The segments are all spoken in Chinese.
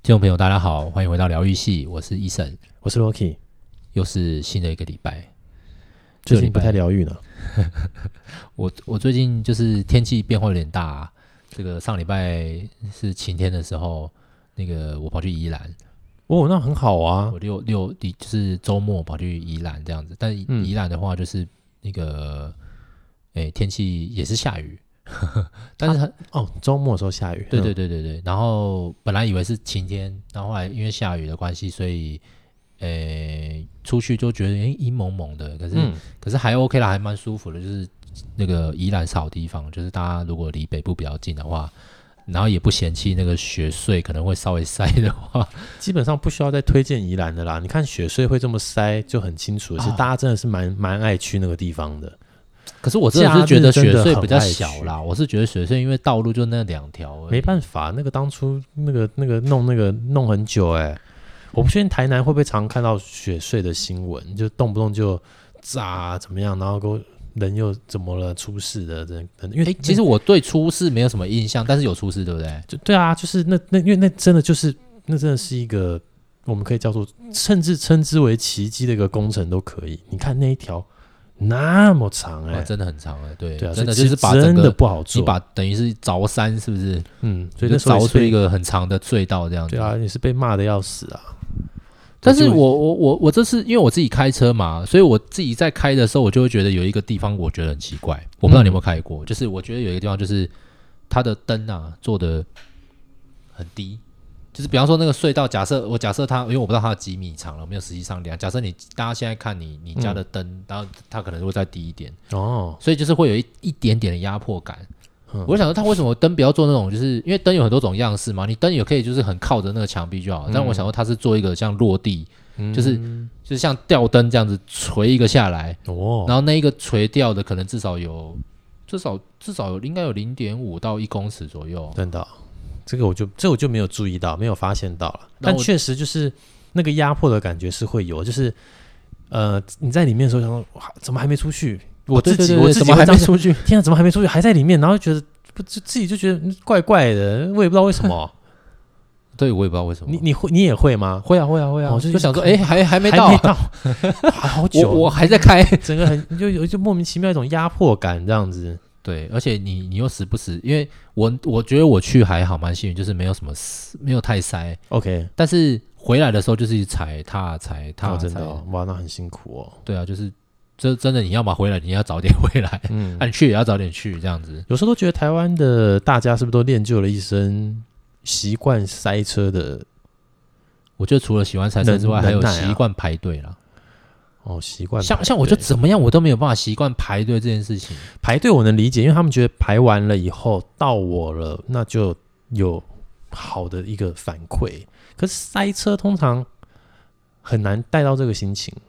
听众朋友大家好，欢迎回到疗愈系，我是医生， 我是 Rocky， 又是新的一个礼拜。 最近不太疗愈呢。 我最近就是天气变化有点大，这个上礼拜是晴天的时候，那个我跑去宜兰。 哦，那很好啊。 我就是周末跑去宜兰这样子，但宜兰的话就是那个天气也是下雨。但是周末的时候下雨。 对，然后本来以为是晴天，然后后来因为下雨的关系，所以出去就觉得阴蒙蒙的，可是还 OK 啦，还蛮舒服的。就是那个宜兰是好地方，就是大家如果离北部比较近的话，然后也不嫌弃那个雪隧可能会稍微塞的话， 基本上不需要再推荐宜兰的啦。你看雪隧会这么塞，就很清楚的是，大家真的是蛮爱去那个地方的。 可是我真的是觉得雪隧比较小啦，我是觉得雪隧因为道路就那2条而已， 没办法，那个当初那个弄很久我不确定台南会不会常看到雪隧的新闻，就动不动就炸怎么样，然后人又怎么了出事的，因为其实我对出事没有什么印象，但是有出事对不对？ 对啊，就是因为那真的是一个我们可以叫做称之为奇迹的一个工程都可以。你看那一条那么长真的很长对啊， 真的就是把真的不好做， 你把等于是凿山是不是？ 所以那凿出一个很长的隧道这样子。 对啊，也是被骂的要死啊。 但是我这次因为我自己开车嘛，所以我自己在开的时候，我就会觉得有一个地方我觉得很奇怪，我不知道你有没有开过，就是我觉得有一个地方就是它的灯啊做的很低。就是比方说那个隧道，假设它，因为我不知道它几米长了，没有实际上量。假设大家现在看你家的灯，然后它可能会再低一点所以就是会有一点点的压迫感。我就想说，它为什么灯不要做那种，就是因为灯有很多种样式嘛，你灯也可以就是很靠着那个墙壁就好。但我想说，它是做一个像落地，就是像吊灯这样子垂一个下来，然后那一个垂吊的可能至少应该有0.5到1公尺左右， 真的。这我就没有注意到，没有发现到了，但确实就是那个压迫的感觉是会有，就是你在里面的时候想说，哇，怎么还没出去？我自己怎么还没出去？ 天啊，怎么还没出去？还在里面，然后觉得自己就觉得怪怪的，我也不知道为什么。 对，我也不知道为什么。 你也会吗？ 会啊，就想说，还没到， 好久， 我还在开， 整个就莫名其妙一种压迫感这样子。 对，而且你又时不时，因为我觉得我去还好，蛮幸运，就是没有太塞 ，OK。 但是回来的时候就是踏， 真的哇，那很辛苦哦。 对啊，就是这真的，你要嘛回来，你要早点回来，你去也要早点去，这样子。 有时候都觉得台湾的大家是不是都练就了一身习惯塞车的？ 我觉得除了喜欢塞车之外，还有习惯排队啦。 习惯像我就怎么样，我都没有办法习惯排队这件事情。 排队我能理解，因为他们觉得排完了以后到我了，那就有好的一个反馈。可是塞车通常很难带到这个心情。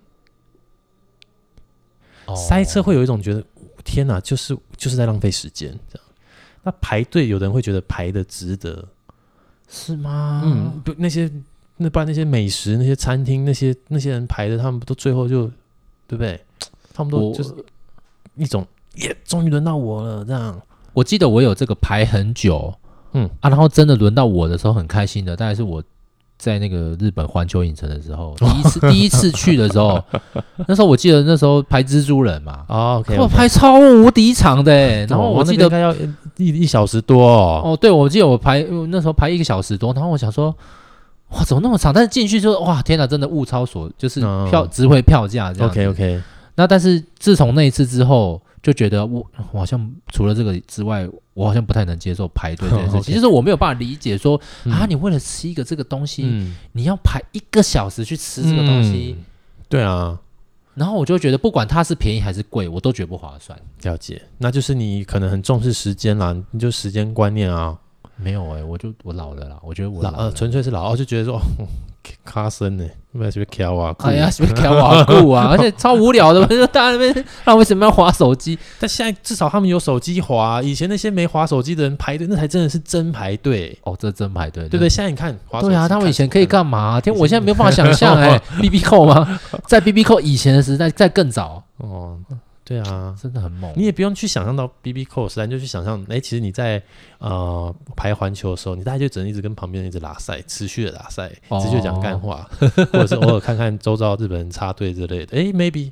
塞车会有一种觉得天哪，就是在浪费时间这样。那排队，有的人会觉得排的值得， 是吗？ 不然那些美食、那些餐厅、那些人排的，他们都最后就对不对？他们都就是一种终于轮到我了这样。 我记得我有这个排很久，然后真的轮到我的时候很开心的，大概是我在那个日本环球影城的时候，第一次去的时候，那时候我记得那时候排蜘蛛人嘛 ，OK， 我排超无敌长的然后我记得应该要1小时多对，我记得我那时候排1个小时多，然后我想说。哇，怎么那么长？但是进去就哇，天哪，真的物超所，就是值回票价这样子。 OK。 那但是自从那一次之后，就觉得我好像除了这个之外，我好像不太能接受排队这件事情。就是我没有办法理解说你为了吃一个这个东西，你要排1个小时去吃这个东西。 对啊。 然后我就觉得，不管它是便宜还是贵，我都觉得不划算。 了解，那就是你可能很重视时间啦，你就时间观念啊。 没有我老了啦，我觉得我老了， 纯粹是老就觉得说卡森呢，不要随便挑啊， 哎呀，随便挑啊，酷啊，而且超无聊的，就大家那边为什么要滑手机？ 但现在至少他们有手机滑，以前那些没滑手机的人排队，那才真的是真排队这真排队， 对不对？现在你看滑手机， 对啊，他们以前可以干嘛？天，我现在没有办法想象BB 扣吗？在 BB 扣以前的时代，再更早对啊， 真的很猛。 你也不用去想象到 BB Call 时代，你就去想象，其实你在排环球的时候，你大概就只能一直跟旁边人一直拉赛，持续的拉赛，持续地讲干话，或者是偶尔看看周遭日本人插队之类的。maybe，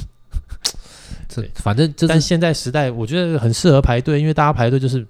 反正就是， 但现在时代，我觉得很适合排队，因为大家排队就是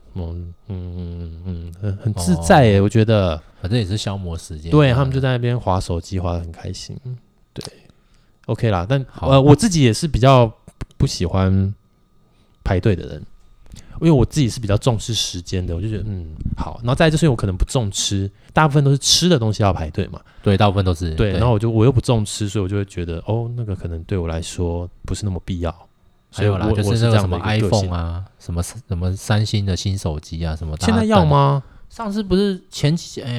很自在耶，我觉得。 反正也是消磨时间。 对，他们就在那边滑手机，滑得很开心。对 ，OK 啦。但我自己也是比较不喜欢排队的人，因为我自己是比较重视时间的，我就觉得好。然后再就是因为我可能不重吃，大部分都是吃的东西要排队嘛。 对，大部分都是。 对，然后我又不重吃，所以我就会觉得那个可能对我来说不是那么必要。 还有啦，就是那个什么 iPhone 啊，什么三星的新手机啊，什么。 现在要吗？ 上次不是前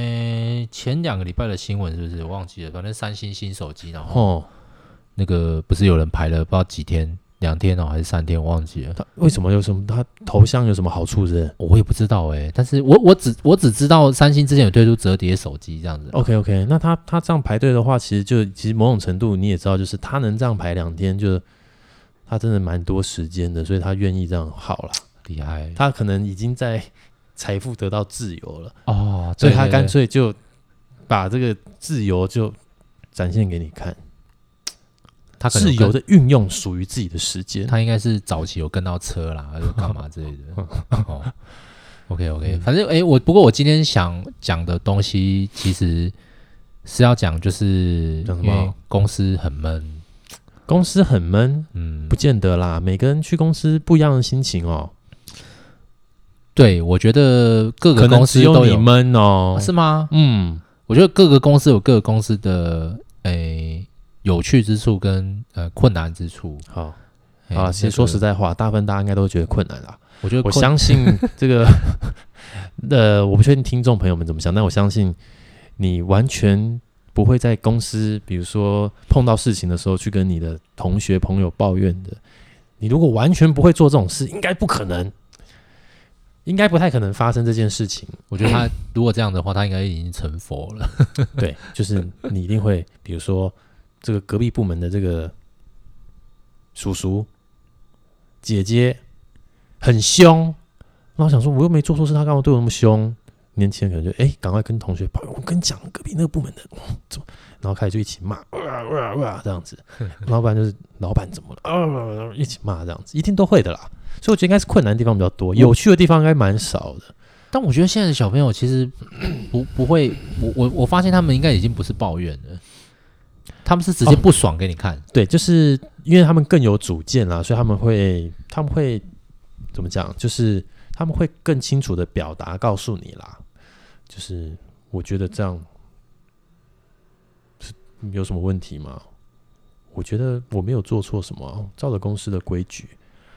2个礼拜的新闻是不是？我忘记了，反正三星新手机，然后那个不是有人排了不知道几天，2天还是3天，我忘记了。 为什么有什么？它头像有什么好处是？ 我也不知道但是我只知道三星之前有推出折叠手机这样子。 OK， 那他这样排队的话，其实某种程度你也知道，就是他能这样排2天，就他真的蛮多时间的，所以他愿意这样耗啦， 厉害。 他可能已经在财富得到自由了所以他干脆就把这个自由就展现给你看。他自由的运用属于自己的时间， 他应该是早期有跟到车啦，还是干嘛之类的。OK， 反正不过我今天想讲的东西其实是要讲，就是因为公司很闷。 公司很闷，不见得啦，每个人去公司不一样的心情哦。 对，我觉得各个公司都有， 可能只有你闷哦， 是吗？我觉得各个公司有各个公司的有趣之处跟困难之处。 好啊，其实说实在话，大部分大家应该都觉得困难啦。我相信这个我不确定听众朋友们怎么想，但我相信你完全不会在公司，比如说碰到事情的时候去跟你的同学朋友抱怨的。你如果完全不会做这种事，应该不可能，应该不太可能发生这件事情。 我觉得他如果这样的话，他应该已经成佛了。 对，就是你一定会，比如说这个隔壁部门的这个叔叔姐姐很凶，然后想说我又没做错事，他干嘛对我那么凶？年轻人可能就赶快跟同学抱怨，我跟你讲，隔壁那个部门的怎么，然后开始就一起骂，这样子。老板就是老板怎么了，一起骂这样子，一定都会的啦。所以我觉得应该是困难的地方比较多，有趣的地方应该蛮少的。 但我觉得现在的小朋友其实不会，我发现他们应该已经不是抱怨了，他们是直接不爽给你看。 对，就是因为他们更有主见啦，所以他们会怎么讲？就是他们会更清楚的表达，告诉你啦。就是我觉得这样是有什么问题吗？我觉得我没有做错什么，照着公司的规矩。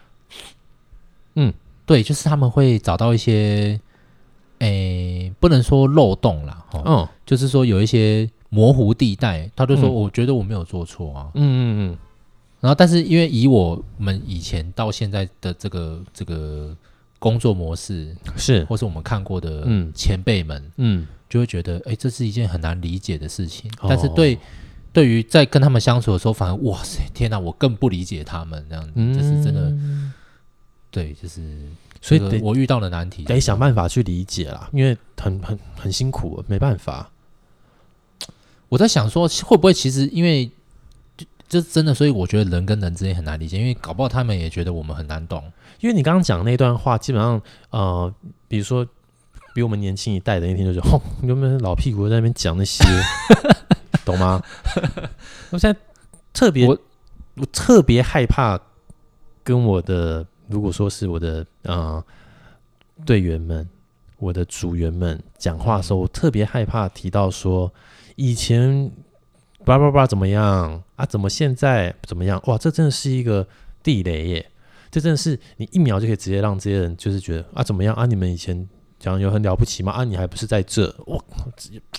对，就是他们会找到一些，不能说漏洞啦，就是说有一些模糊地带，他就说我觉得我没有做错啊，然后但是因为以我们以前到现在的这个工作模式是， 或是我们看过的前辈们，就会觉得这是一件很难理解的事情，但是对于在跟他们相处的时候，反而哇塞，天哪，我更不理解他们这样子，就是真的。对，就是所以我遇到的难题得想办法去理解啦，因为很辛苦，没办法。 我在想说，会不会其实因为就真的，所以我觉得人跟人之间很难理解，因为搞不好他们也觉得我们很难懂。 因为你刚刚讲那段话，基本上比如说比我们年轻一代的那天就说，你有没有老屁股在那边讲那些，懂吗？我现在我特别害怕跟我的。如果说是我的队员们、我的组员们讲话的时候，我特别害怕提到说以前怎么样啊，怎么现在怎么样？哇，这真的是一个地雷耶！这真的是你1秒就可以直接让这些人就是觉得啊怎么样啊？你们以前讲有很了不起吗？啊，你还不是在这？哇，直接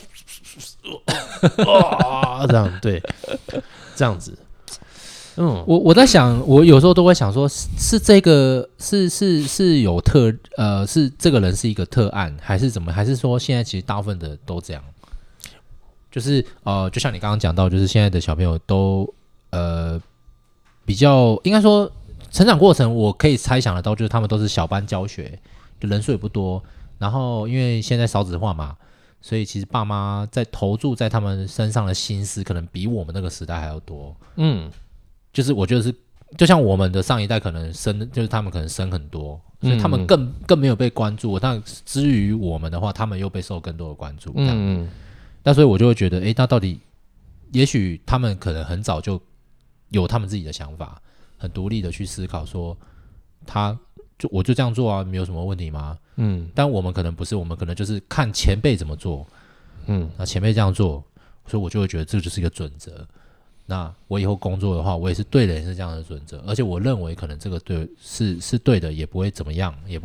这样对，这样子。 我在想，我有时候都会想说，是这个是有是这个人是一个特案，还是怎么？还是说现在其实大部分的都这样？就是就像你刚刚讲到，就是现在的小朋友都比较应该说成长过程我可以猜想得到，就是他们都是小班教学，就人数也不多，然后因为现在少子化嘛，所以其实爸妈在投注在他们身上的心思，可能比我们那个时代还要多。就是我觉得是，就像我们的上一代可能生，就是他们可能生很多，所以他们更没有被关注。但至于我们的话，他们又被受更多的关注。那所以我就会觉得，那到底，也许他们可能很早就有他们自己的想法，很独立的去思考说，我就这样做啊，没有什么问题吗？但我们可能不是，我们可能就是看前辈怎么做，那前辈这样做，所以我就会觉得这就是一个准则。那我以后工作的话，我也是对人是这样的准则，而且我认为可能这个是对的，也不会怎么样，也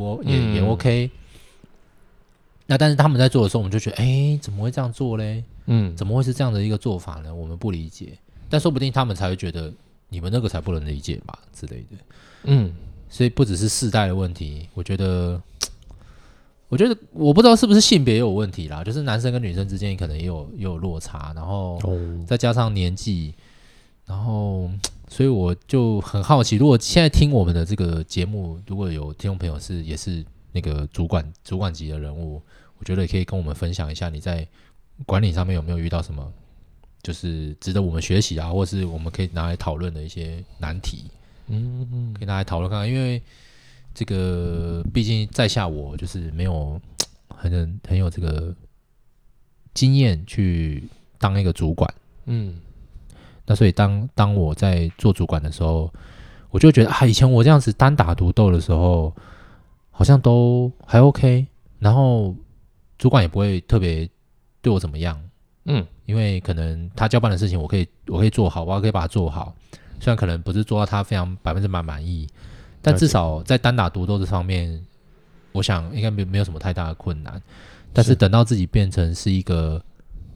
OK。那但是他们在做的时候，我们就觉得，怎么会这样做嘞？怎么会是这样的一个做法呢？我们不理解，但说不定他们才会觉得你们那个才不能理解吧之类的。所以不只是世代的问题，我觉得我不知道是不是性别也有问题啦，就是男生跟女生之间可能也有落差，然后再加上年纪。然后，所以我就很好奇，如果现在听我们的这个节目，如果有听众朋友也是那个主管级的人物，我觉得也可以跟我们分享一下你在管理上面有没有遇到什么，就是值得我们学习啊，或是我们可以拿来讨论的一些难题。可以拿来讨论看看，因为这个毕竟在下我就是没有很有这个经验去当一个主管。那所以当我在做主管的时候，我就觉得以前我这样子单打独斗的时候，好像都还 OK， 然后主管也不会特别对我怎么样，因为可能他交办的事情我可以做好，我可以把它做好，虽然可能不是做到他非常100%满意，但至少在单打独斗这方面，我想应该没有什么太大的困难。但是等到自己变成是一个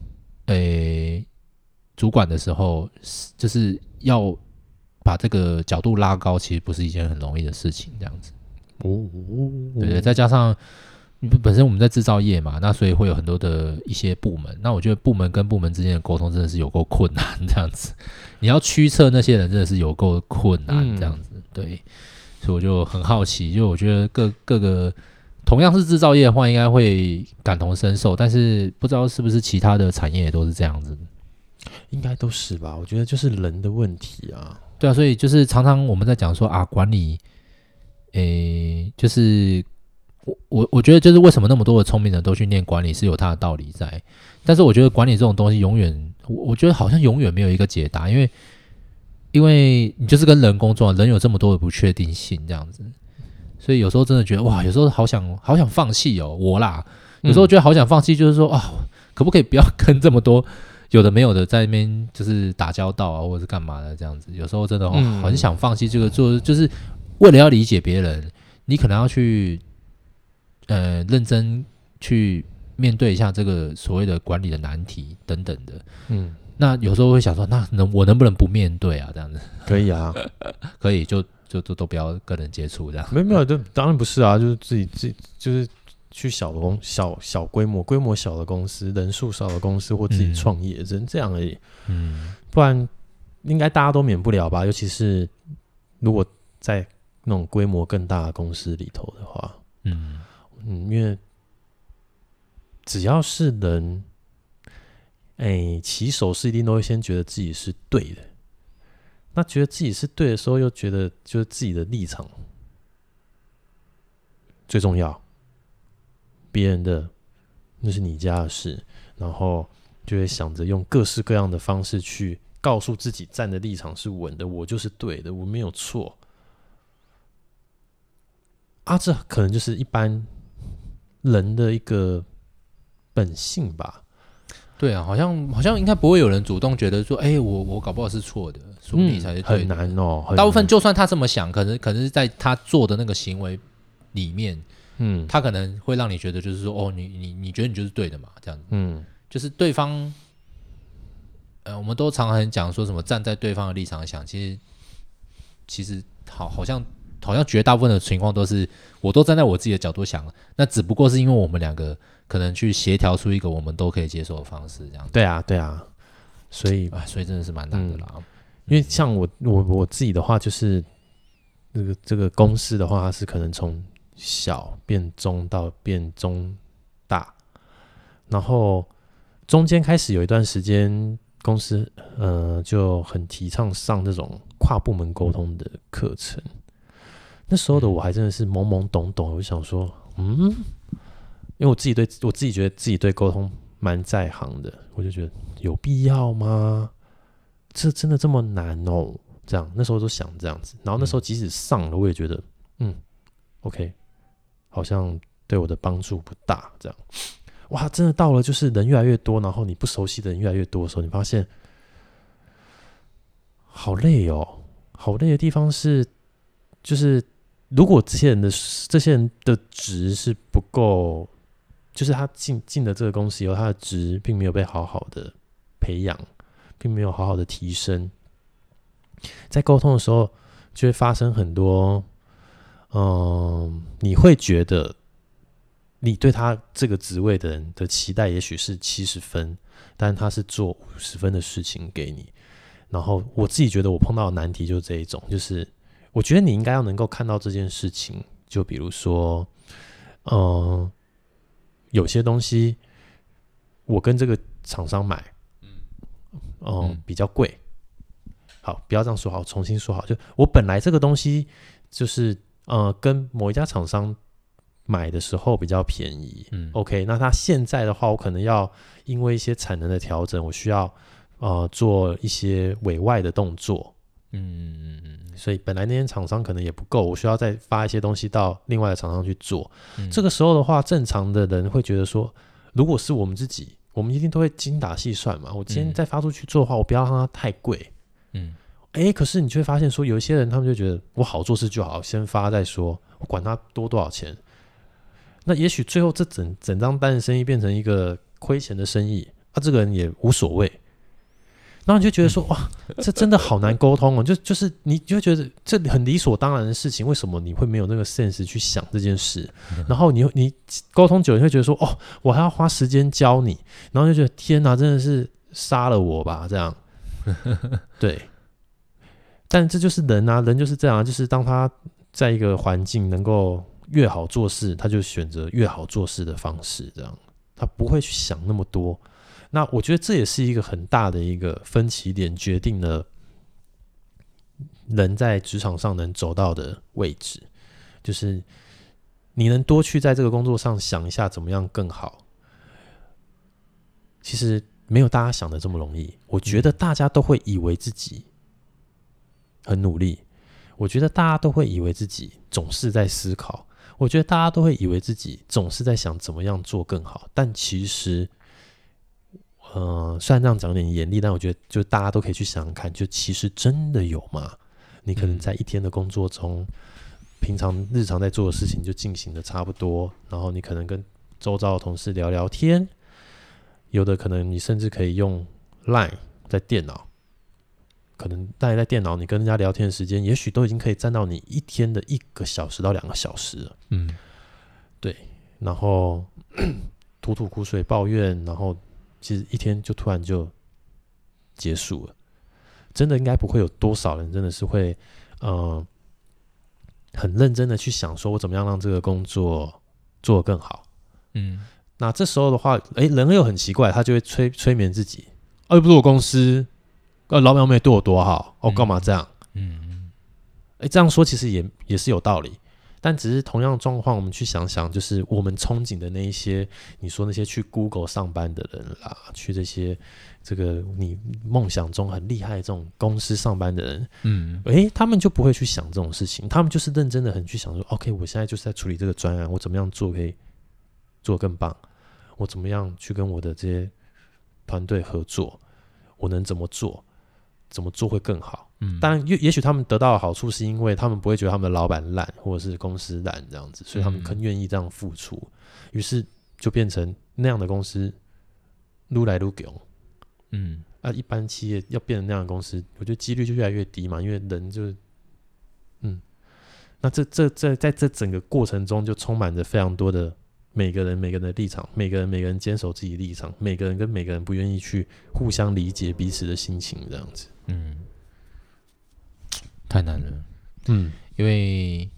主管的时候，就是要把这个角度拉高，其实不是一件很容易的事情，这样子。对，再加上本身我们在制造业嘛，那所以会有很多的一些部门，那我觉得部门跟部门之间的沟通真的是有够困难，这样子。你要驱策那些人真的是有够困难，这样子。对，所以我就很好奇，就我觉得各个同样是制造业的话，应该会感同身受，但是不知道是不是其他的产业也都是这样子。 应该都是吧，我觉得就是人的问题啊。 对啊，所以就是常常我们在讲说管理，就是我觉得就是为什么那么多的聪明人都去念管理是有它的道理在，但是我觉得管理这种东西永远，我觉得好像永远没有一个解答，因为你就是跟人工作，人有这么多的不确定性这样子，所以有时候真的觉得有时候好想放弃哦，我啦，有时候觉得好想放弃，就是说可不可以不要跟这么多有的没有的在那边就是打交道啊，或者是干嘛的这样子，有时候真的很想放弃这个做，就是为了要理解别人，你可能要去认真去面对一下这个所谓的管理的难题等等的。那有时候会想说，我能不能不面对啊？这样子可以啊， 可以就都不要跟人接触这样。 没有，当然不是啊，就是自己就是去小规模小的公司，人数少的公司，或自己创业，只能这样而已。不然应该大家都免不了吧？尤其是如果在那种规模更大的公司里头的话，因为只要是人，起手是一定都会先觉得自己是对的。那觉得自己是对的时候，又觉得就是自己的立场最重要，别人的那是你家的事，然后就会想着用各式各样的方式去告诉自己站的立场是稳的，我就是对的，我没有错。这可能就是一般人的一个本性吧。 对啊，好像应该不会有人主动觉得说，我搞不好是错的，说不定才是对的。 很难哦。 大部分就算他这么想，可能是在他做的那个行为里面，他可能会让你觉得就是说，你觉得你就是对的嘛，这样子。就是对方，我们都常常讲说什么站在对方的立场想，其实好像绝大部分的情况都是我都站在我自己的角度想，那只不过是因为我们两个可能去协调出一个我们都可以接受的方式，这样子。 对啊，所以真的是蛮难的啦。 因为像我自己的话，就是这个公司的话，它是可能从小变中到变中大，然后中间开始有一段时间，公司就很提倡上这种跨部门沟通的课程。那时候的我还真的是懵懵懂懂，我就想说，因为我自己觉得自己对沟通蛮在行的，我就觉得有必要吗？这真的这么难哦？这样那时候都想这样子，然后那时候即使上了，我也觉得，OK， 好像对我的帮助不大。这样，哇，真的到了就是人越来越多，然后你不熟悉的人越来越多的时候，你发现好累哦。好累的地方是，就是如果这些人的值是不够，就是他进了这个公司以后，他的值并没有被好好的培养，并没有好好的提升。在沟通的时候，就会发生很多，你会觉得你对他这个职位的人的期待也许是70分，但他是做50分的事情给你。然后我自己觉得我碰到的难题就是这一种，就是我觉得你应该要能够看到这件事情，就比如说，有些东西我跟这个厂商买，比较贵。好，不要这样说好，重新说好。就我本来这个东西就是跟某一家厂商买的时候比较便宜，OK， 那他现在的话，我可能要因为一些产能的调整，我需要做一些委外的动作，所以本来那间厂商可能也不够，我需要再发一些东西到另外的厂商去做。这个时候的话，正常的人会觉得说，如果是我们自己，我们一定都会精打细算嘛。我今天再发出去做的话，我不要让它太贵。可是你就会发现说，有一些人他们就觉得我好做事就好，先发再说，我管他多少钱。那也许最后这整张单的生意变成一个亏钱的生意，这个人也无所谓。然后你就觉得说，哇，这真的好难沟通哦。就是你就觉得这很理所当然的事情，为什么你会没有那个 sense 去想这件事？然后你沟通久，你会觉得说，我还要花时间教你，然后就觉得天哪，真的是杀了我吧，这样。对。但这就是人啊，人就是这样，就是当他在一个环境能够越好做事，他就选择越好做事的方式，这样他不会去想那么多。那我觉得这也是一个很大的一个分歧点，决定了人在职场上能走到的位置，就是你能多去在这个工作上想一下怎么样更好。其实没有大家想的这么容易，我觉得大家都会以为自己很努力，我觉得大家都会以为自己总是在思考，我觉得大家都会以为自己总是在想怎么样做更好，但其实虽然这样讲有点严厉，但我觉得就大家都可以去想想看，就其实真的有吗？你可能在一天的工作中，平常日常在做的事情就进行的差不多，然后你可能跟周遭的同事聊聊天，有的可能你甚至可以用 LINE 在电脑，可能在电脑你跟人家聊天的时间，也许都已经可以占到你一天的1个小时到2个小时了。对，然后吐苦水抱怨，然后其实一天就突然就结束了。真的应该不会有多少人真的是会很认真的去想说我怎么样让这个工作做得更好。那这时候的话，人又很奇怪，他就会催眠自己，又不是我公司，老板又没对我多好，干嘛这样？这样说其实也是有道理，但只是同样的状况，我们去想想，就是我们憧憬的那一些，你说那些去 Google 上班的人啦，去这个你梦想中很厉害的这种公司上班的人，他们就不会去想这种事情，他们就是认真的很去想说 ，OK， 我现在就是在处理这个专案，我怎么样做可以做得更棒，我怎么样去跟我的这些团队合作，我能怎么做会更好。当然也许他们得到的好处是因为他们不会觉得他们的老板烂或者是公司烂这样子，所以他们更愿意这样付出，于是就变成那样的公司愈来愈强。一般企业要变成那样的公司，我觉得几率就越来越低嘛，因为人就那在这整个过程中就充满着非常多的每个人的立场，每个人坚守自己的立场，每个人跟每个人不愿意去互相理解彼此的心情这样子。 太难了。因因为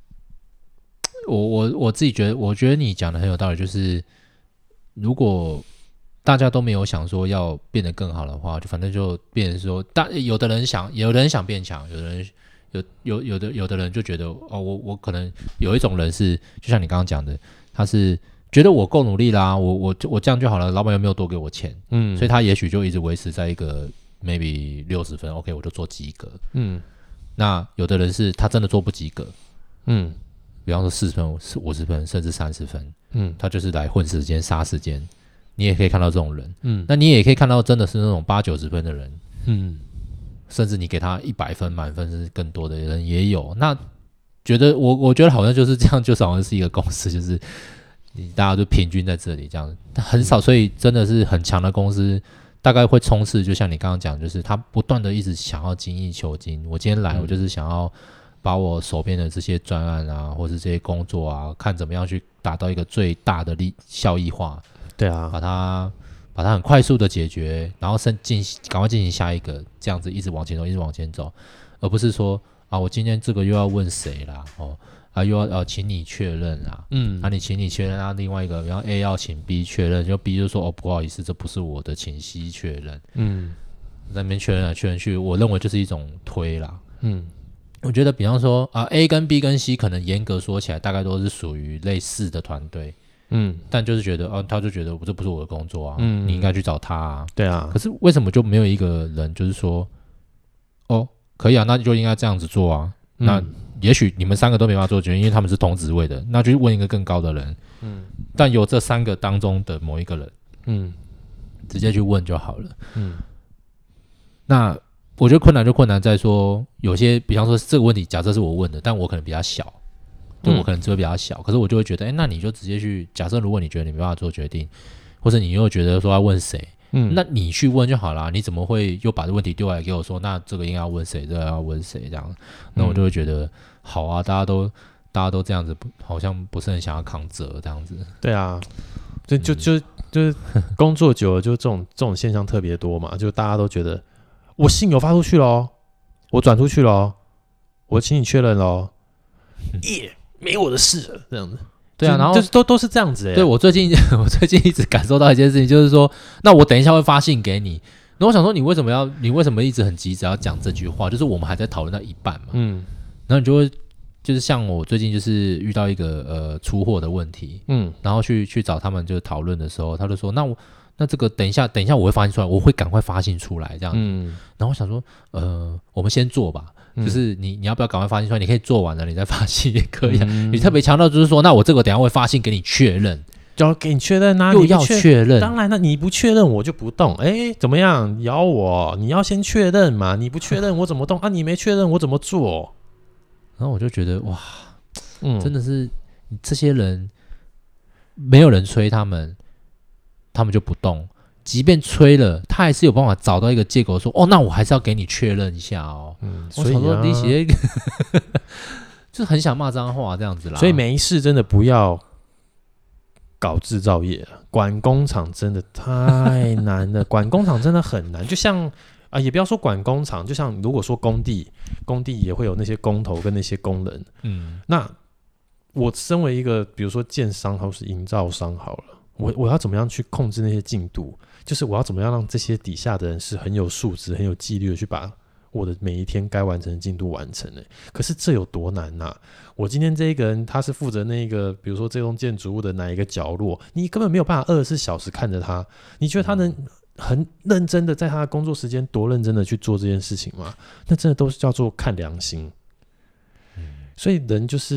我自己觉得，我觉得你讲的很有道理，就是如果大家都没有想说要变得更好的话，就反正就变成说，有的人想变强，有的人有的人就觉得哦，我可能有一种人是，就像你刚刚讲的，他是觉得我够努力啦，我这样就好了，老板又没有多给我钱，所以他也许就一直维持在一个 maybe 60分 ，OK， 我就做及格，那有的人是他真的做不及格，比方说40分、50分，甚至30分，他就是来混时间、杀时间。你也可以看到这种人，那你也可以看到真的是那种80、90分的人，甚至你给他100分满分甚至更多的人也有。那我觉得好像就是这样，就是好像是一个公司，就是大家就平均在这里这样，很少，所以真的是很强的公司，大概会冲刺。就像你刚刚讲，就是他不断的一直想要精益求精。我今天来，我就是想要把我手边的这些专案啊，或是这些工作啊，看怎么样去达到一个最大的效益化。 对啊， 把它很快速的解决，然后赶快进行下一个，这样子一直往前走，一直往前走，而不是说啊，我今天这个又要问谁啦，又要请你确认啦，你请你确认啊，另外一个，然后 A 要请 B 确认，就 B 就说哦不好意思，这不是我的，请 C 确认，在那边确认来确认去，我认为就是一种推啦，我觉得比方说啊 A 跟 B 跟 C 可能严格说起来大概都是属于类似的团队。但就是觉得他就觉得这不是我的工作啊，你应该去找他啊。 对啊， 可是为什么就没有一个人就是说，哦，可以啊，那就应该这样子做啊。那也许你们3个都没办法做决定，因为他们是同职位的，那就问一个更高的人。但有这3个当中的某一个人，直接去问就好了。那我觉得困难就困难在说，有些比方说这个问题，假设是我问的，但我可能比较小。就我可能只会比较小，可是我就会觉得，那你就直接去假设，如果你觉得你没办法做决定，或者你又觉得说要问谁，那你去问就好啦。你怎么会又把这问题丢来给我说，那这个应该要问谁，这个要问谁这样？那我就会觉得，好啊，大家都这样子，好像不是很想要扛责这样子。 对啊，就是工作久了，就这种现象特别多嘛，就大家都觉得我信有发出去咯，我转出去咯，我请你确认咯，没我的事了，这样子。 对啊，然后都是这样子。 对，我最近一直感受到一件事情，就是说，那我等一下会发信给你。那我想说，你为什么一直很急着要讲这句话？就是我们还在讨论到一半嘛。然后你就会就是像我最近就是遇到一个出货的问题，然后去找他们就讨论的时候，他就说，那这个等一下我会发信出来，我会赶快发信出来这样。然后我想说，我们先做吧。就是你要不要赶快发信出来？你可以做完了，你再发信也可以啊。你特别强调就是说，那我这个等一下会发信给你确认， 就要给你确认啊， 又要确认。 当然了，你不确认我就不动。怎么样？咬我？你要先确认嘛，你不确认我怎么动啊？你没确认我怎么做？ 然后我就觉得哇，真的是这些人没有人催他们就不动。即便催了，他还是有办法找到一个借口说，那我还是要给你确认一下哦。 所以说你写就是很想骂脏话这样子啦。 所以没事真的不要搞制造业了，管工厂真的太难了，管工厂真的很难。就像也不要说管工厂，就像如果说工地也会有那些工头跟那些工人。那我身为一个比如说建商或是营造商好了，我要怎么样去控制那些进度？就是我要怎么样让这些底下的人是很有素质、很有纪律的去把我的每一天该完成的进度完成呢？可是这有多难啊？我今天这一个人他是负责那个，比如说这栋建筑物的哪一个角落，你根本没有办法24小时看着他。你觉得他能很认真的在他的工作时间多认真的去做这件事情吗？那真的都是叫做看良心。所以人就是，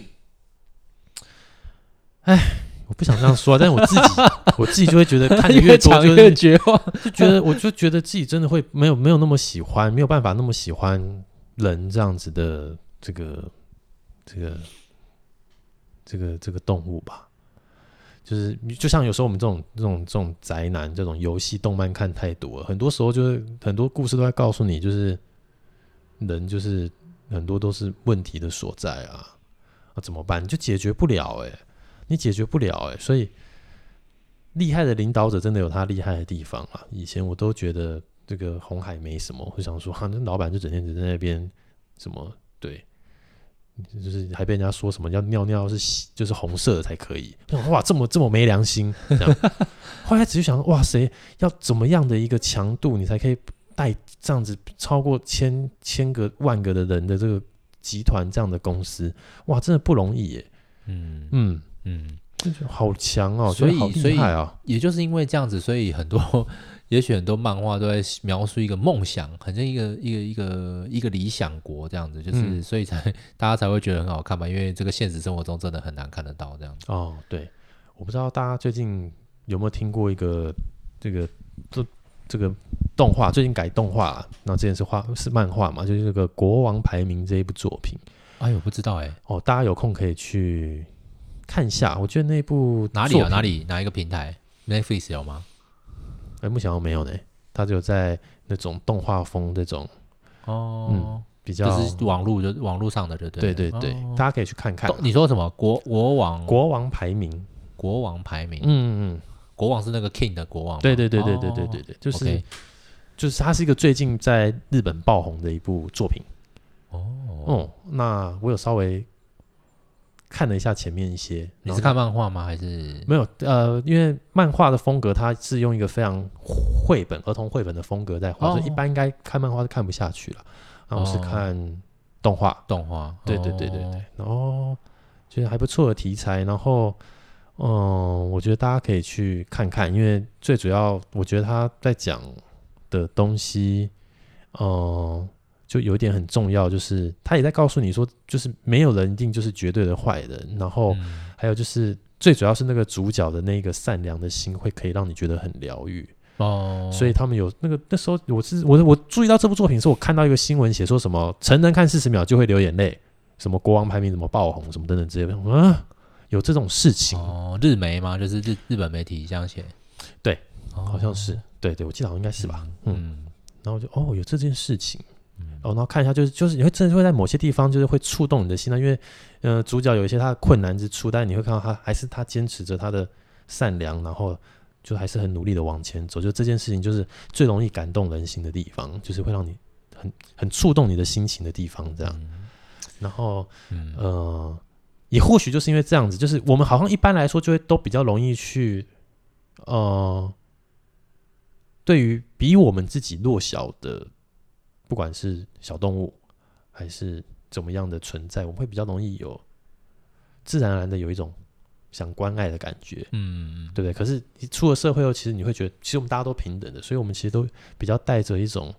我不想这样说，但是我自己就会觉得看得越多就越绝望， 我就觉得自己真的会没有那么喜欢，没有办法那么喜欢人这样子的这个动物吧。就像有时候我们这种宅男，这种游戏动漫看太多了，很多时候就是很多故事都在告诉你，就是人就是很多都是问题的所在啊，怎么办？你就解决不了你解决不了所以厉害的领导者真的有他厉害的地方啊。以前我都觉得这个鸿海没什么，我想说那老板就整天只在那边什么对， 就是还被人家说什么要尿尿就是红色的才可以，哇，这么没良心这样。后来仔细想，哇塞，要怎么样的一个强度，你才可以带这样子超过千个万个的人的这个集团这样的公司，哇，真的不容易耶。好强哦， 所以好厉害啊！ 也就是因为这样子，所以也许很多漫画都在描述一个梦想，很像一个理想国这样子，就是所以大家才会觉得很好看吧，因为这个现实生活中真的很难看得到这样子。 哦，对，我不知道大家最近有没有听过一个这个动画，最近改动画，那之前是漫画嘛，就是这个《国王排名》这一部作品。 哎呦，不知道哎。 哦，大家有空可以去看一下，我觉得那部哪里啊？哪一个平台 ？Netflix 有吗？ 目前没有呢，它只有在那种动画风这种比较就是网络上的，对对，大家可以去看看。 你说什么国王排名？ 国王排名？国王是那个 King 的国王吗？ 对，就是它是一个最近在日本爆红的一部作品。那我有稍微看了一下前面一些。 你是看漫画吗？还是没有？因为漫画的风格它是用一个非常儿童绘本的风格在画，所以一般应该看漫画是看不下去了。然后是看动画，对，然后觉得还不错的题材，然后我觉得大家可以去看看，因为最主要我觉得他在讲的东西，就有一点很重要，就是他也在告诉你说，就是没有人一定就是绝对的坏人，然后还有就是最主要是那个主角的那个善良的心会可以让你觉得很疗愈。所以他们有那时候我注意到这部作品，是我看到一个新闻写说什么成人看40秒就会流眼泪，什么国王排名怎么爆红什么等等之类的，有这种事情日媒吗？就是日本媒体这样写？ 对，好像是，对，我记得好像应该是吧。然后就有这件事情。然后看一下，就是你会真的会在某些地方就是会触动你的心，因为主角有一些他的困难之处，但是你会看到他坚持着他的善良，然后就还是很努力的往前走。就这件事情就是最容易感动人心的地方，就是会让你很触动你的心情的地方，这样。然后也或许就是因为这样子，就是我们好像一般来说就会都比较容易去对于比我们自己弱小的。不管是小动物还是怎么样的存在，我们会比较容易有自然而然的有一种想关爱的感觉，对不对？可是出了社会后，其实你会觉得，其实我们大家都平等的，所以我们其实都比较带着一种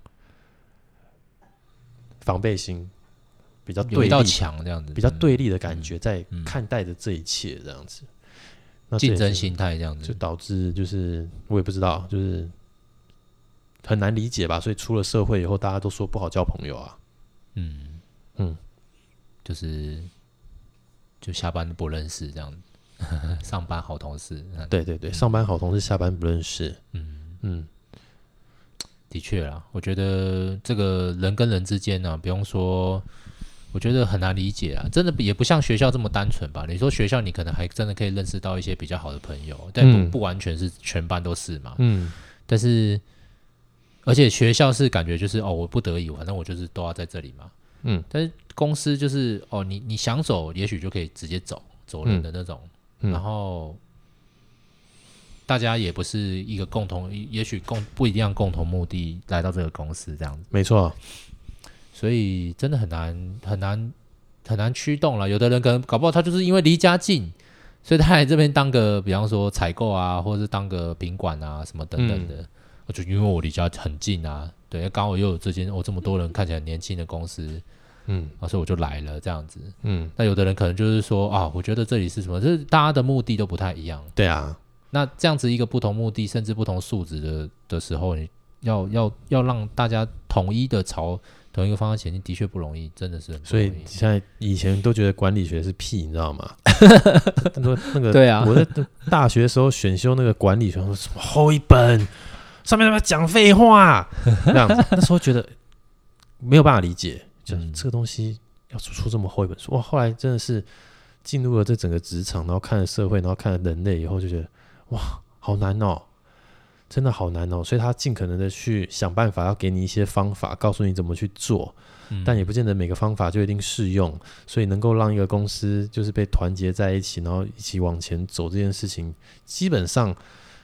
防备心，比较对立，有一道墙这样子， 比较对立的感觉在看待着这一切这样子， 竞争心态这样子， 就导致就是我也不知道，就是很难理解吧，所以出了社会以后，大家都说不好交朋友啊。 就下班不认识这样子，上班好同事。 对，上班好同事，下班不认识。 的确啦，我觉得这个人跟人之间呢，不用说，我觉得很难理解啊，真的也不像学校这么单纯吧。你说学校，你可能还真的可以认识到一些比较好的朋友，但不完全是全班都是嘛。但是。而且学校是感觉就是我不得已，反正我就是都要在这里嘛。但是公司就是你想走，也许就可以直接走人的那种。然后大家也不是一个共同，也许不一定共同目的来到这个公司这样子。 没错， 所以真的很难驱动了。有的人可能搞不好他就是因为离家近，所以他来这边当个，比方说采购啊，或者是当个品管啊什么等等的。就因为我离家很近啊，对，刚好又有这么多人看起来年轻的公司，所以我就来了这样子，那有的人可能就是说我觉得这里是什么，就是大家的目的都不太一样， 对啊， 那这样子一个不同目的甚至不同素质的时候，你要让大家统一的朝同一个方向前进，的确不容易，真的是很不容易。 所以现在以前都觉得管理学是屁，你知道吗？那个对啊， 我在大学的时候选修那个管理学，说什么厚一本。上面他妈讲废话，这样子，那时候觉得没有办法理解，就这个东西要出这么厚一本书。哇，后来真的是进入了这整个职场，然后看了社会，然后看了人类以后，就觉得哇，好难哦。 真的好难哦，所以他尽可能的去想办法，要给你一些方法，告诉你怎么去做，但也不见得每个方法就一定适用，所以能够让一个公司就是被团结在一起，然后一起往前走这件事情，基本上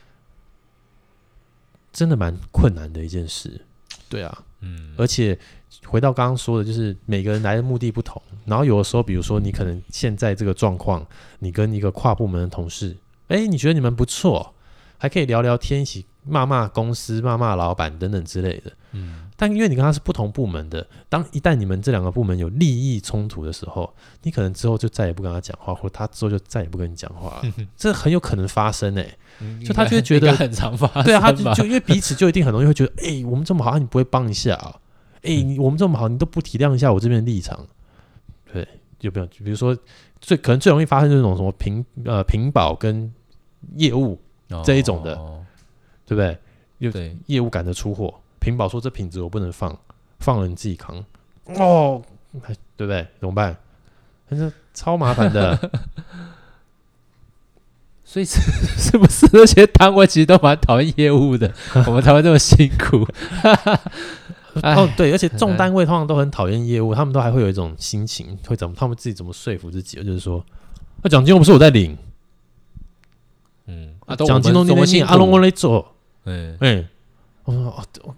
真的蛮困难的一件事。对啊，而且回到刚刚说的，就是每个人来的目的不同，然后有的时候，比如说你可能现在这个状况，你跟一个跨部门的同事，你觉得你们不错，还可以聊聊天，一起骂骂公司、骂骂老板等等之类的。但因为你跟他是不同部门的，一旦你们这两个部门有利益冲突的时候，你可能之后就再也不跟他讲话，或者他之后就再也不跟你讲话了。这很有可能发生就他就会觉得很常发生， 对啊，他就因为彼此就一定很容易会觉得，我们这么好，你不会帮一下啊？我们这么好，你都不体谅一下我这边的立场，对，有没有？比如说可能最容易发生这种什么屏保跟业务这一种的，对不对？ 对， 业务赶着出货，屏保说这品质我不能放了你自己扛，对不对？怎么办？这超麻烦的。 所以是不是那些单位其实都蛮讨厌业务的，我们才会这么辛苦？ 对，而且重单位通常都很讨厌业务，他们都还会有一种心情，他们自己怎么说服自己，就是说，奖金又不是我在领，奖金都你在领，阿龙我来做，我说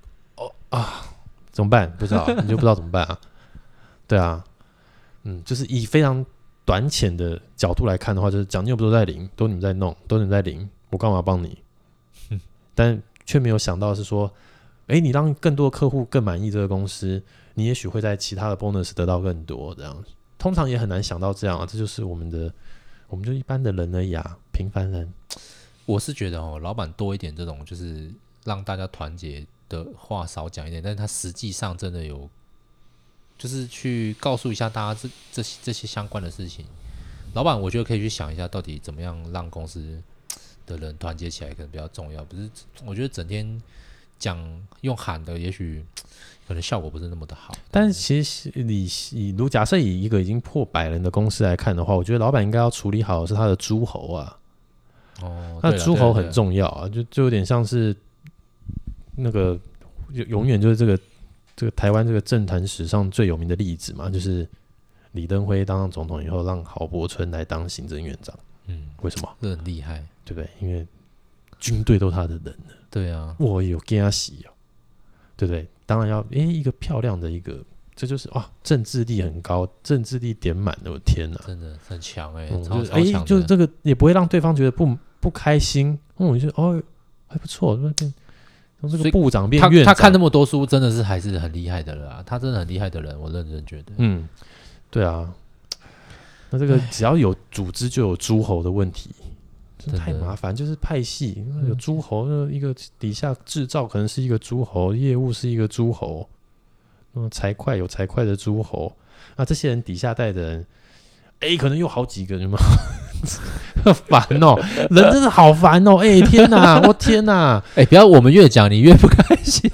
怎么办？不知道，你就不知道怎么办啊？对啊，就是以非常短浅的角度来看的话，就是奖金又不是在领，都你们在弄，都你们在领，我干嘛帮你？但却没有想到是说，你让更多的客户更满意这个公司，你也许会在其他的 bonus 得到更多，这样通常也很难想到这样啊，这就是我们就一般的人而已啊，平凡人。 我是觉得老板多一点这种就是让大家团结的话少讲一点，但是他实际上真的有就是去告诉一下大家这些相关的事情。老板我觉得可以去想一下，到底怎么样让公司的人团结起来可能比较重要，不是？我觉得整天用喊的，也许可能效果不是那么的好。 但是其实假设以一个已经破100人的公司来看的话，我觉得老板应该要处理好的是他的诸侯啊。那诸侯很重要啊，就有点像是那个永远就是这个台湾这个政坛史上最有名的例子嘛，就是李登辉当上总统以后，让郝柏村来当行政院长。为什么？ 这很厉害， 对不对？因为军队都是他的人了。 对啊， 我有给他洗对不对？当然要一个漂亮的一个，这就是政治力很高，政治力点满的，我天哪， 真的很强超强的。 就是这个也不会让对方觉得不开心。我觉得还不错，从这个部长变院长， 他看那么多书，真的是还是很厉害的了啊！他真的很厉害的人，我认真觉得。 对啊。那这个只要有组织就有诸侯的问题，真的太麻烦。就是派系有诸侯，一个底下制造可能是一个诸侯，业务是一个诸侯，财会有财会的诸侯，那这些人底下带的人，可能有好几个，有没有？烦哦，人真的好烦哦！天哪，我天哪！ 不要我们越讲你越不开心。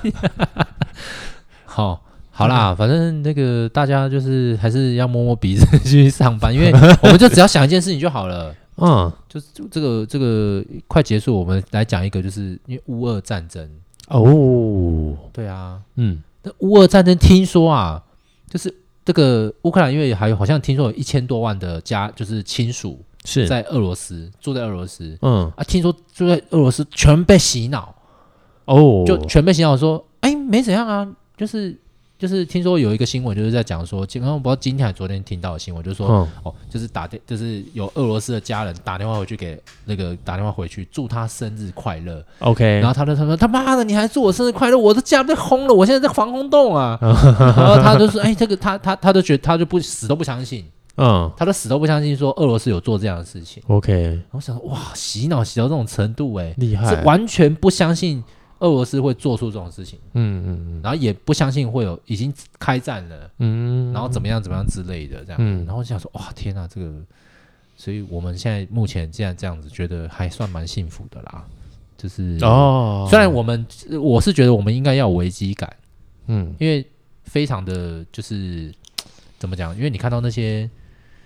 好啦，反正那个大家就是还是要摸摸鼻子继续上班，因为我们就只要想一件事情就好了。就是这个快结束，我们来讲一个，就是因为乌俄战争。对啊，那乌俄战争听说啊，就是这个乌克兰因为还有好像听说有1000多万的就是亲属是在俄罗斯住在俄罗斯，听说住在俄罗斯全被洗脑，就全被洗脑说，没怎样啊，就是听说有一个新闻，就是在讲说，我不知道今天还昨天听到的新闻，就是说，就是有俄罗斯的家人打电话回去祝他生日快乐。 OK， 然后他说他妈的，你还祝我生日快乐？我的家被轰了，我现在在防空洞啊。然后他就说，这个他就觉得他就死都不相信，他都死都不相信说俄罗斯有做这样的事情。 OK， 然后想说哇，洗脑洗到这种程度， 厉害， 是完全不相信俄罗斯会做出这种事情，然后也不相信会有已经开战了，然后怎么样之类的这样，然后就想说哇天哪，这个，所以我们现在目前既然这样子，觉得还算蛮幸福的啦，就是虽然我是觉得我们应该要有危机感，因为非常的就是怎么讲，因为你看到那些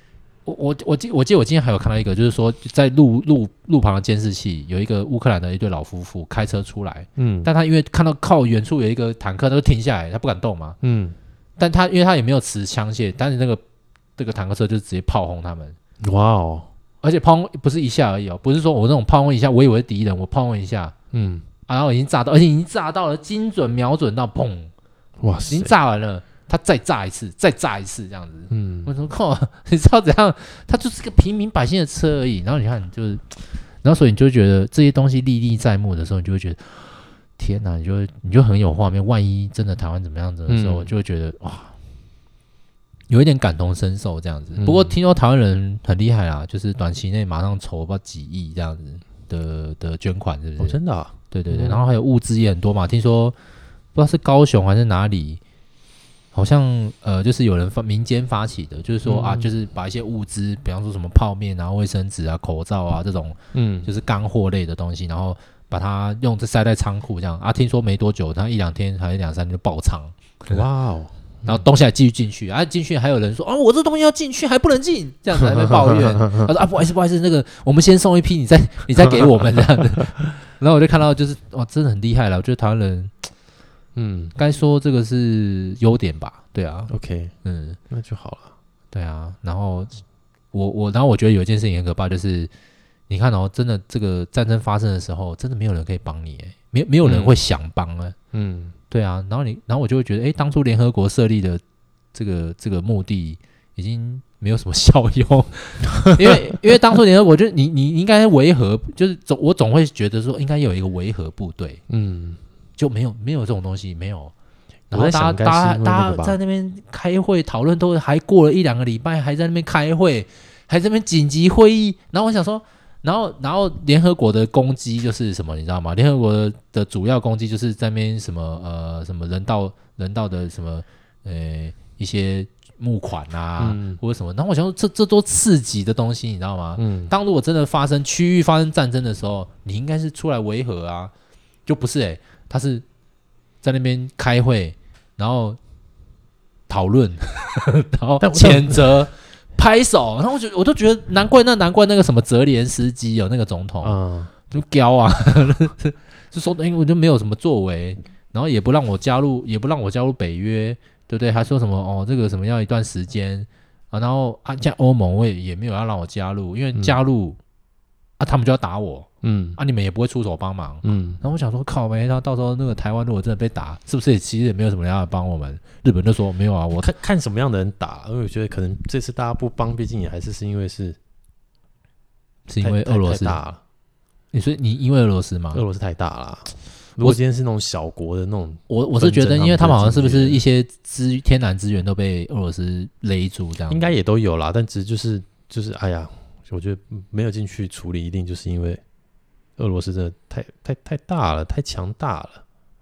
我记得我今天还有看到一个，就是说在路旁的监视器有一个乌克兰的一对老夫妇开车出来，但他因为看到靠远处有一个坦克，他就停下来，他不敢动嘛，但他因为他也没有持枪械，但是这个坦克车就直接炮轰他们， 哇哦！ 而且炮轰不是一下而已哦，不是说我那种炮轰一下，我以为是敌人，我炮轰一下，然后已经炸到，而且已经炸到了，精准瞄准到，砰！哇，已经炸完了。他再炸一次，再炸一次，这样子。我说靠，你知道怎样？他就是个平民百姓的车而已。然后你看，就是，然后所以你就觉得这些东西历历在目的时候，你就会觉得，天哪！你就很有画面。万一真的台湾怎么样子的时候，就会觉得哇，有一点感同身受这样子。不过听说台湾人很厉害啦，就是短期内马上筹不知道几亿这样子的捐款，是不是？ 哦，真的啊？ 对对对。然后还有物资也很多嘛，听说不知道是高雄还是哪里。好像就是有人民间发起的，就是说就是把一些物资，比方说什么泡面啊、卫生纸啊、口罩啊这种，就是干货类的东西，然后把它塞在仓库这样听说没多久，它1-2天还是2-3天就爆仓， 哇哦！ 然后东西还继续进去，进去还有人说我这东西要进去还不能进，这样子还在抱怨，他说不好意思，那个我们先送一批，你再给我们这样子，然后我就看到就是哇，真的很厉害了，我觉得台湾人。该说这个是优点吧？对啊 ，OK， 那就好了。 对啊，然后我觉得有一件事情很可怕，就是你看真的这个战争发生的时候，真的没有人可以帮你，没有人会想帮对啊，然后我就会觉得，当初联合国设立的这个目的已经没有什么效用，因为当初联合国就你应该维和，就是我总会觉得说应该有一个维和部队，就没有这种东西，没有。然后大家在那边开会讨论，都还过了1-2个礼拜，还在那边开会，还在那边紧急会议。然后我想说，然后联合国的攻击就是什么，你知道吗？联合国的主要攻击就是在那边什么什么人道的什么一些募款啊，或者什么。然后我想说，这都刺激的东西，你知道吗？当如果真的区域发生战争的时候，你应该是出来维和啊，就不是他是在那边开会，然后讨论，然后谴责、拍手，然后我都觉得难怪那个什么泽连斯基那个总统，就彪啊，就说我就没有什么作为，然后也不让我加入北约，对不对？还说什么这个什么要一段时间然后像欧盟也没有要让我加入，因为加入他们就要打我。你们也不会出手帮忙。然后我想说，靠没，到时候那个台湾如果真的被打，是不是其实也没有什么人要帮我们？日本就说没有啊，我看什么样的人打，因为我觉得可能这次大家不帮，毕竟也还是因为是因为俄罗斯太大了。 你因为俄罗斯吗？ 俄罗斯太大了。如果今天是那种小国的那种， 我是觉得，因为他们好像是不是一些天然资源都被俄罗斯勒住，这样应该也都有啦，但只是哎呀，我觉得没有进去处理，一定就是因为。俄罗斯真的太大了，太强大了。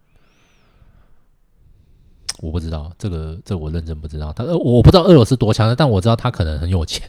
我不知道这个我认真不知道。我不知道俄罗斯多强，但我知道他可能很有钱。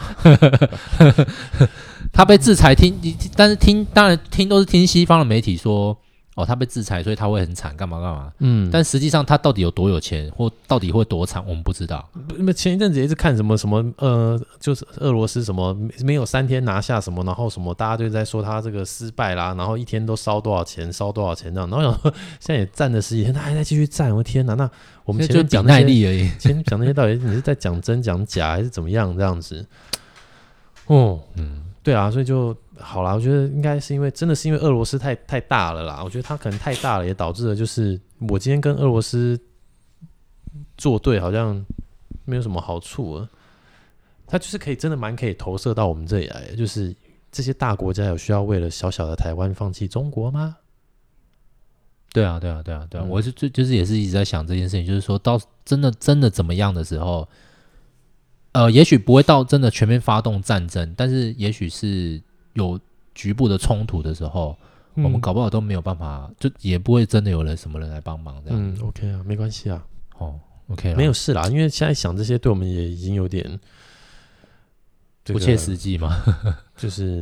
他被制裁但是当然听都是听西方的媒体说。他被制裁，所以他会很惨，干嘛？但实际上他到底有多有钱，或到底会多惨，我们不知道。 前一阵子也是看什么就是俄罗斯什么没有3天拿下什么，然后什么大家就在说他这个失败啦，然后一天都烧多少钱这样。然后想说现在也战了10几天，他还在继续战，我的天哪！那我们前面讲耐力而已， 前面讲那些到底你是在讲真讲假还是怎么样这样子？对啊，所以就好啦。我觉得应该是真的是因为俄罗斯太大了啦。我觉得它可能太大了，也导致了就是我今天跟俄罗斯作对，好像没有什么好处了。它就是真的蛮可以投射到我们这里来的，就是这些大国家有需要为了小小的台湾放弃中国吗？ 对啊，我就是也是一直在想这件事情，就是说到真的怎么样的时候。也许不会到真的全面发动战争，但是也许是有局部的冲突的时候，我们搞不好都没有办法，就也不会真的有什么人来帮忙这样。 OK 啊，没关系啊。 OK 没有事啦，因为现在想这些对我们也已经有点不切实际嘛， 就是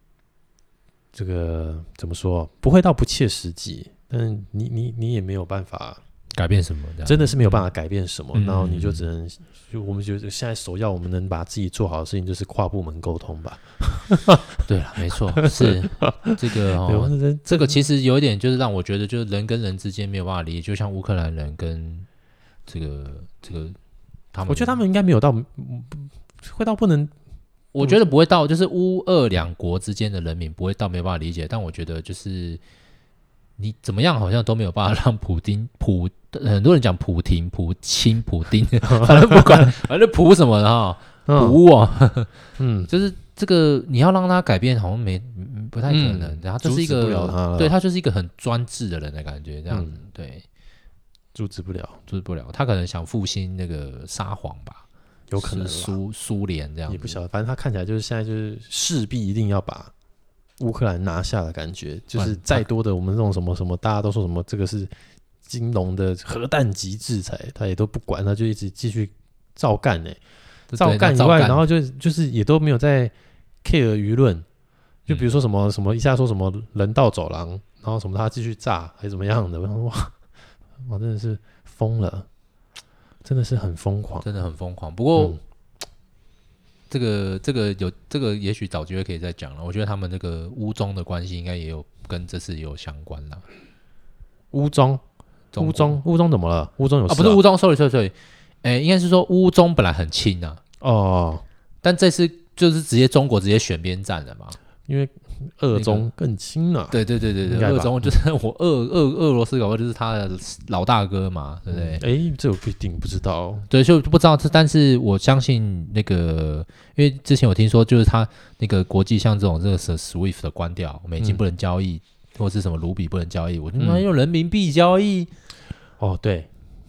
这个怎么说，不会到不切实际，但你也没有办法改变什么， 真的是没有办法改变什么，然后你就只能，我们觉得现在首要我们能把自己做好的事情就是跨部门沟通吧。 对了，没错，是这个这个其实有一点就是让我觉得，就是人跟人之间没有办法理解，就像乌克兰人跟这个他们， 我觉得他们应该没有到会到不能。 我觉得不会到，就是乌俄两国之间的人民不会到没有办法理解，但我觉得就是你怎么样好像都没有办法让很多人讲普丁、普丁，反正不管，反正普什么的哈，普哦，就是这个你要让他改变，好像不太可能，然后这是一个对他就是一个很专制的人的感觉，这样子，对， 阻止不了， 他可能想复兴那个沙皇吧。 有可能苏联这样子， 也不晓得，反正他看起来就是现在就是势必一定要把乌克兰拿下的感觉，就是再多的我们这种什么什么，大家都说什么这个是金融的核弹级制裁，他也都不管，他就一直继续照干照干以外，然后就是也都没有在 care 舆论，就比如说什么什么一下说什么人道走廊，然后什么他继续炸还是怎么样的，哇真的是疯了。真的是很疯狂， 真的很疯狂。不过，这个也许找机会可以再讲了。我觉得他们这个乌中的关系应该也有跟这次也有相关啦。 乌中怎么了？乌中有事不是乌中 ，sorry，应该是说乌中本来很亲啊，但这次就是直接中国直接选边站了嘛， 因为俄中更亲了， 对，俄中就是俄罗斯搞不好就是他的老大哥嘛，对不对？ 这我不一定不知道， 对，就不知道。但是我相信那个，因为之前我听说，就是他那个国际像这种这个 SWIFT 的关掉，美金不能交易，或是什么卢比不能交易，我就用人民币交易。 对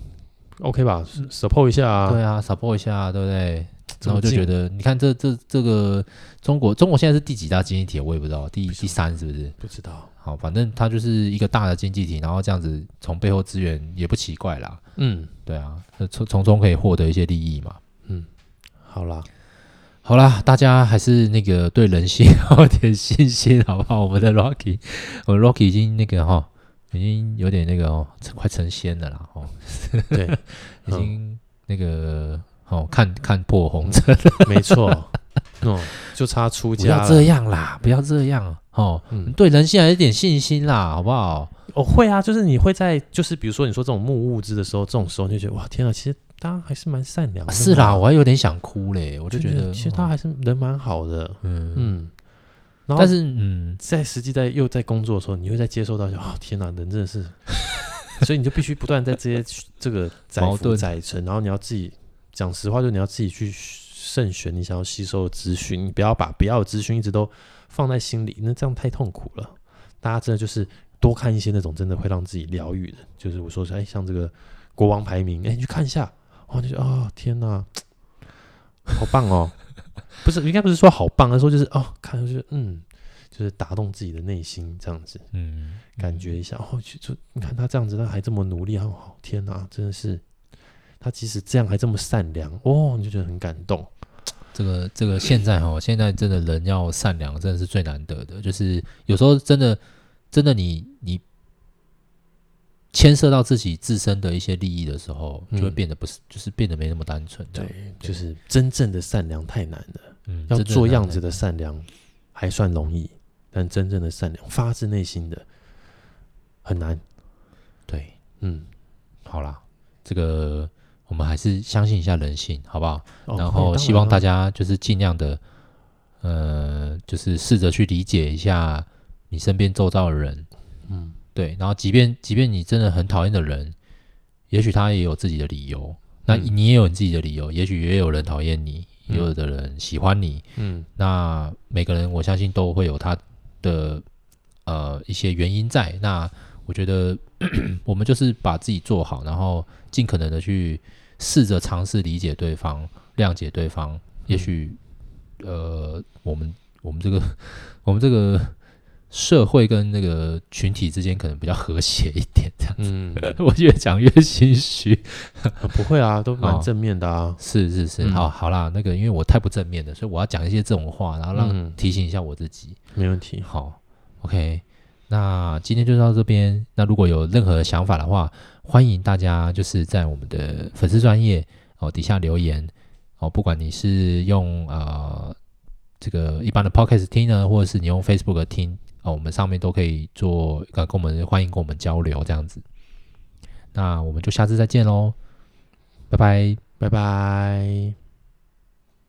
，OK 吧 ，support 一下啊， 对啊 ，support 一下，对不对？然后就觉得，你看这个中国现在是第几大经济体？我也不知道，第3是不是？ 不知道。 好，反正它就是一个大的经济体，然后这样子从背后支援也不奇怪啦。对啊，从中可以获得一些利益嘛。 好啦，大家还是那个对人性有点信心，好不好？我们 Rocky 已经那个已经有点那个快成仙了啦。 对， 已经那个。看破红尘， 没错，就差出家了。 不要这样啦，不要这样对人性还有一点信心啦，好不好？ 会啊，就是你会在，就是比如说你说这种募物资的时候，这种时候你就觉得哇，天啊，其实大家还是蛮善良的。 是啦，我还有点想哭嘞，我就觉得其实他还是人蛮好的，然后但是在实际又在工作的时候，你会在接受到天哪，人真的是，所以你就必须不断在这个载浮载沉，然后你要自己。讲实话，就是你要自己去慎选你想要吸收的资讯，你不要把不要的资讯一直都放在心里，那这样太痛苦了。大家真的就是多看一些那种真的会让自己疗愈的，就是我说像这个国王排名，你去看一下，就觉得天哪，好棒哦！不是，应该不是说好棒，而是说就是看就是就是打动自己的内心这样子，感觉一下，就你看他这样子，他还这么努力，天哪，真的是。他即使这样还这么善良你就觉得很感动。 这个现在真的人要善良，真的是最难得的。就是有时候真的你牵涉到自己自身的一些利益的时候，就会变得不是，就是变得没那么单纯。 对，就是真正的善良太难了。要做样子的善良还算容易，但真正的善良发自内心的很难。 对，好啦，这个。我们还是相信一下人性，好不好？然后希望大家就是尽量的，就是试着去理解一下你身边周遭的人，对。然后即便你真的很讨厌的人，也许他也有自己的理由，那你也有你自己的理由，也许也有人讨厌你，也有的人喜欢你，那每个人我相信都会有他的一些原因在。那我觉得我们就是把自己做好，然后尽可能的去。试着尝试理解对方，谅解对方，也许，我们这个社会跟那个群体之间可能比较和谐一点，这样子。我越讲越心虚。 不会啊，都蛮正面的啊。 是，好啦，那个因为我太不正面了，所以我要讲一些这种话，然后提醒一下我自己。 没问题。 好 ，OK。那今天就到这边。那如果有任何的想法的话， 欢迎大家就是在我们的粉丝专页底下留言不管你是用这个一般的 Podcast 听呢，或者是你用 Facebook 听我们上面都可以做欢迎跟我们交流这样子。那我们就下次再见咯，拜拜， 拜拜。